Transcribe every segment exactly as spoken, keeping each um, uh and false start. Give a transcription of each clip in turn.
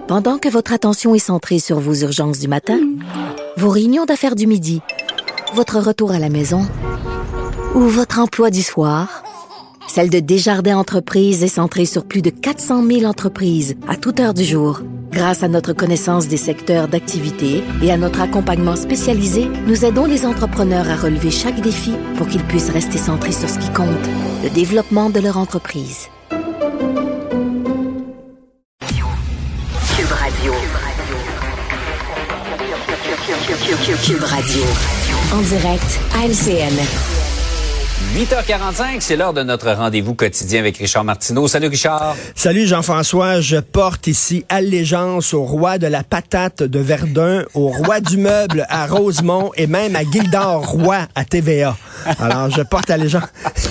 Pendant que votre attention est centrée sur vos urgences du matin, vos réunions d'affaires du midi, votre retour à la maison ou votre emploi du soir, celle de Desjardins Entreprises est centrée sur plus de quatre cent mille entreprises à toute heure du jour. Grâce à notre connaissance des secteurs d'activité et à notre accompagnement spécialisé, nous aidons les entrepreneurs à relever chaque défi pour qu'ils puissent rester centrés sur ce qui compte, le développement de leur entreprise. Cube Radio. Cube Radio. En direct à L C N. huit heures quarante-cinq, c'est l'heure de notre rendez-vous quotidien avec Richard Martineau. Salut Richard. Salut Jean-François, je porte ici allégeance au roi de la patate de Verdun, au roi du meuble à Rosemont et même à Gildor Roy à T V A. Alors je porte allégeance.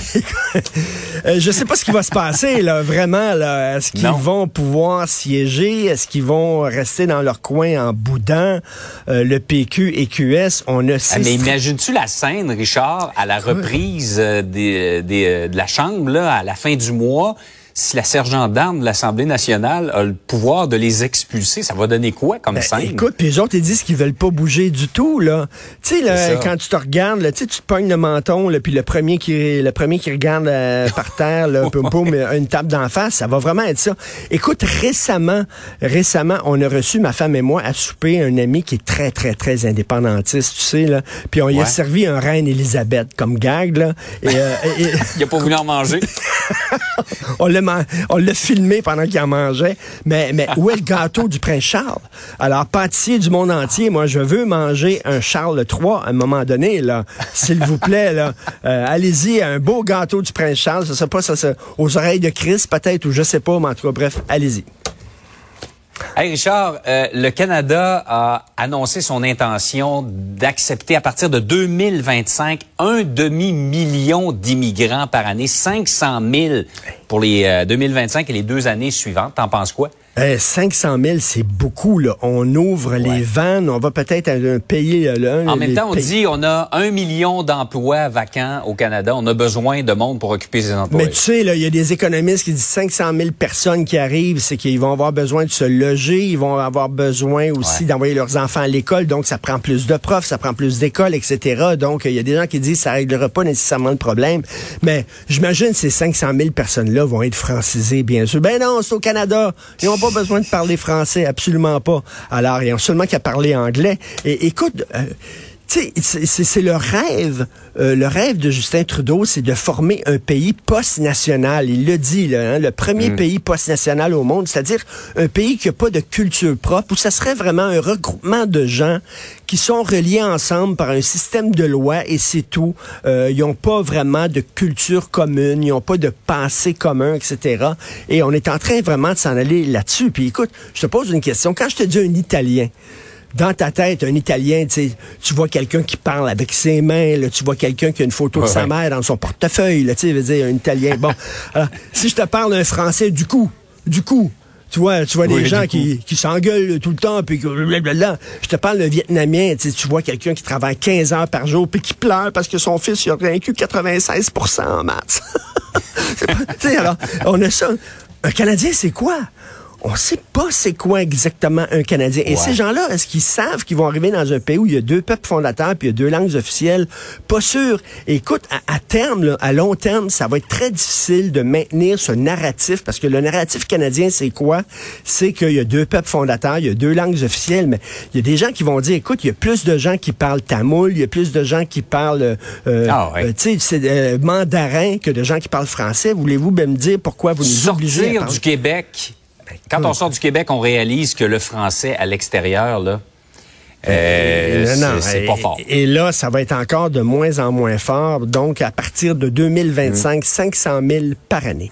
Je sais pas ce qui va se passer là, vraiment là. Est-ce qu'ils non. vont pouvoir siéger? Est-ce qu'ils vont rester dans leur coin en boudant? Euh, le P Q et Q S, on ne sait. Ah, mais imagines-tu la scène, Richard, à la reprise Des, des, de la Chambre, là, à la fin du mois, si la sergente d'armes de l'Assemblée nationale a le pouvoir de les expulser, ça va donner quoi comme ben, scène? Écoute, puis les autres, ils disent qu'ils veulent pas bouger du tout, là. Tu sais, là, quand tu te regardes, là, tu te pognes le menton, là, puis le premier qui le premier qui regarde euh, par terre, là, poum, poum, une tape d'en face, ça va vraiment être ça. Écoute, récemment, récemment, on a reçu, ma femme et moi, à souper un ami qui est très, très, très indépendantiste, tu sais, là. Puis on ouais. y a servi un Reine Élisabeth comme gag, là. Et, euh, et... Il a pas voulu en manger. on l'a On l'a filmé pendant qu'il en mangeait. Mais, mais où est le gâteau du prince Charles? Alors, pâtissier du monde entier, moi, je veux manger un Charles trois à un moment donné, là. S'il vous plaît, là. Euh, allez-y, un beau gâteau du prince Charles. Ça serait pas ça, ça aux oreilles de Christ, peut-être, ou je sais pas, mais en tout cas, bref, allez-y. Hey Richard, euh, le Canada a annoncé son intention d'accepter à partir de deux mille vingt-cinq un demi-million d'immigrants par année, cinq cent mille pour les euh, deux mille vingt-cinq et les deux années suivantes. T'en penses quoi? Euh, cinq cent mille, c'est beaucoup, là. On ouvre ouais. les vannes, on va peut-être euh, payer... Là, en même temps, on paye... dit on a un million d'emplois vacants au Canada. On a besoin de monde pour occuper ces emplois. Mais tu sais, là, il y a des économistes qui disent cinq cent mille personnes qui arrivent, c'est qu'ils vont avoir besoin de se loger, ils vont avoir besoin aussi ouais. d'envoyer leurs enfants à l'école, donc ça prend plus de profs, ça prend plus d'écoles, et cetera. Donc, il y a des gens qui disent que ça ne réglera pas nécessairement le problème. Mais j'imagine ces cinq cent mille personnes-là vont être francisées, bien sûr. Ben non, c'est au Canada. Ils n'ont pas besoin de parler français, absolument pas. Alors, ils ont seulement qu'à parler anglais. Et écoute, euh, tu sais, c'est, c'est le rêve, euh, le rêve de Justin Trudeau, c'est de former un pays post-national. Il le dit, là, hein, le premier mmh. pays post-national au monde, c'est-à-dire un pays qui n'a pas de culture propre, où ça serait vraiment un regroupement de gens qui sont reliés ensemble par un système de loi et c'est tout. Euh, ils n'ont pas vraiment de culture commune, ils n'ont pas de passé commun, et cetera. Et on est en train vraiment de s'en aller là-dessus. Puis écoute, je te pose une question. Quand je te dis un Italien, dans ta tête, un Italien, tu vois quelqu'un qui parle avec ses mains, là, tu vois quelqu'un qui a une photo de ouais, sa ouais. mère dans son portefeuille, là, tu sais, veut dire un Italien. Bon, alors, si je te parle d'un Français, du coup, du coup, tu vois, tu vois oui, des gens qui, qui s'engueulent tout le temps, puis blablabla. Je te parle d'un Vietnamien, tu vois quelqu'un qui travaille quinze heures par jour, puis qui pleure parce que son fils il a vaincu quatre-vingt-seize pour cent en maths. Tu sais, alors, on a ça. Un Canadien, c'est quoi? On sait pas c'est quoi exactement un Canadien. Et ouais. ces gens-là, est-ce qu'ils savent qu'ils vont arriver dans un pays où il y a deux peuples fondateurs puis il y a deux langues officielles? Pas sûr. Et écoute, à, à terme, là, à long terme, ça va être très difficile de maintenir ce narratif parce que le narratif canadien, c'est quoi? C'est qu'il y a deux peuples fondateurs, il y a deux langues officielles, mais il y a des gens qui vont dire, écoute, il y a plus de gens qui parlent tamoul, il y a plus de gens qui parlent euh, ah ouais. euh, tu sais, euh, mandarin que de gens qui parlent français. Voulez-vous me dire pourquoi vous nous Sortir obligez à parler? du Québec... Quand on sort du Québec, on réalise que le français à l'extérieur, là, euh, non, non, c'est, c'est pas fort. Et, et là, ça va être encore de moins en moins fort. Donc, à partir de deux mille vingt-cinq, mmh. cinq cent mille par année.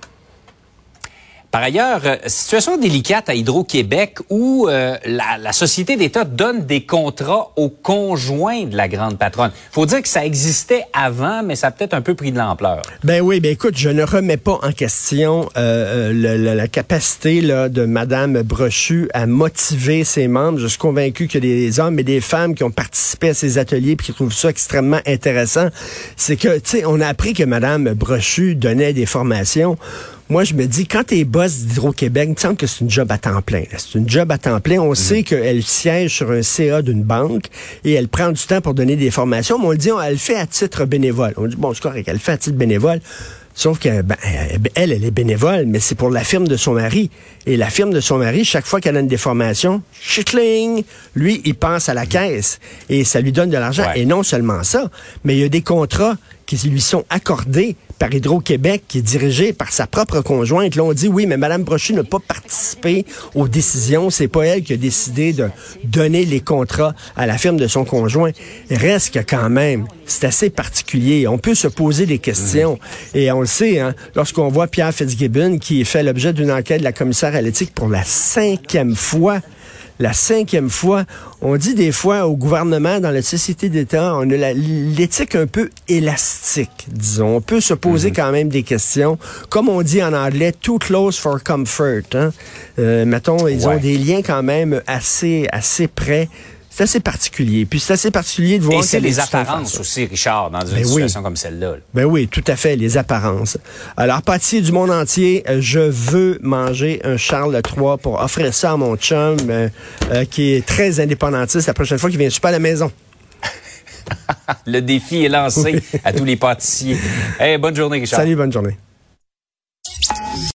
Par ailleurs, euh, situation délicate à Hydro-Québec où euh, la, la Société d'État donne des contrats aux conjoints de la grande patronne. Faut dire que ça existait avant, mais ça a peut-être un peu pris de l'ampleur. Ben oui, ben écoute, je ne remets pas en question euh, le, le, la capacité là, de Mme Brochu à motiver ses membres. Je suis convaincu qu'il y a des hommes et des femmes qui ont participé à ces ateliers et qui trouvent ça extrêmement intéressant. C'est que, tu sais, on a appris que Mme Brochu donnait des formations. moi, je me dis, quand t'es boss d'Hydro-Québec, il me semble que c'est une job à temps plein. Là. C'est une job à temps plein. On mmh. sait qu'elle siège sur un C A d'une banque et elle prend du temps pour donner des formations, mais on le dit, on, elle le fait à titre bénévole. On dit, bon, c'est correct, elle le fait à titre bénévole. Sauf que ben, elle, elle est bénévole, mais c'est pour la firme de son mari. Et la firme de son mari, chaque fois qu'elle donne des formations, chitling, lui, il pense à la caisse et ça lui donne de l'argent. Ouais. Et non seulement ça, mais il y a des contrats qui lui sont accordés par Hydro-Québec, qui est dirigé par sa propre conjointe. Là, on dit, oui, mais Mme Brochu n'a pas participé aux décisions. C'est pas elle qui a décidé de donner les contrats à la firme de son conjoint. Reste que quand même, c'est assez particulier. On peut se poser des questions. Mmh. Et on le sait, hein, lorsqu'on voit Pierre Fitzgibbon, qui fait l'objet d'une enquête de la commissaire à l'éthique pour la cinquième fois, La cinquième fois, on dit des fois au gouvernement, dans la société d'État, on a la, l'éthique un peu élastique, disons. On peut se poser mm-hmm. quand même des questions. Comme on dit en anglais, too close for comfort. Hein? Euh, mettons, ils ouais. ont des liens quand même assez, assez près. C'est assez particulier. Puis c'est assez particulier de voir... Et c'est les apparences aussi, Richard, dans une ben situation oui. comme celle-là. Ben oui, tout à fait, les apparences. Alors, pâtissier du monde entier, je veux manger un Charles trois pour offrir ça à mon chum, euh, euh, qui est très indépendantiste, la prochaine fois qu'il vient super à la maison. Le défi est lancé oui. à tous les pâtissiers. Hey, bonne journée, Richard. Salut, bonne journée.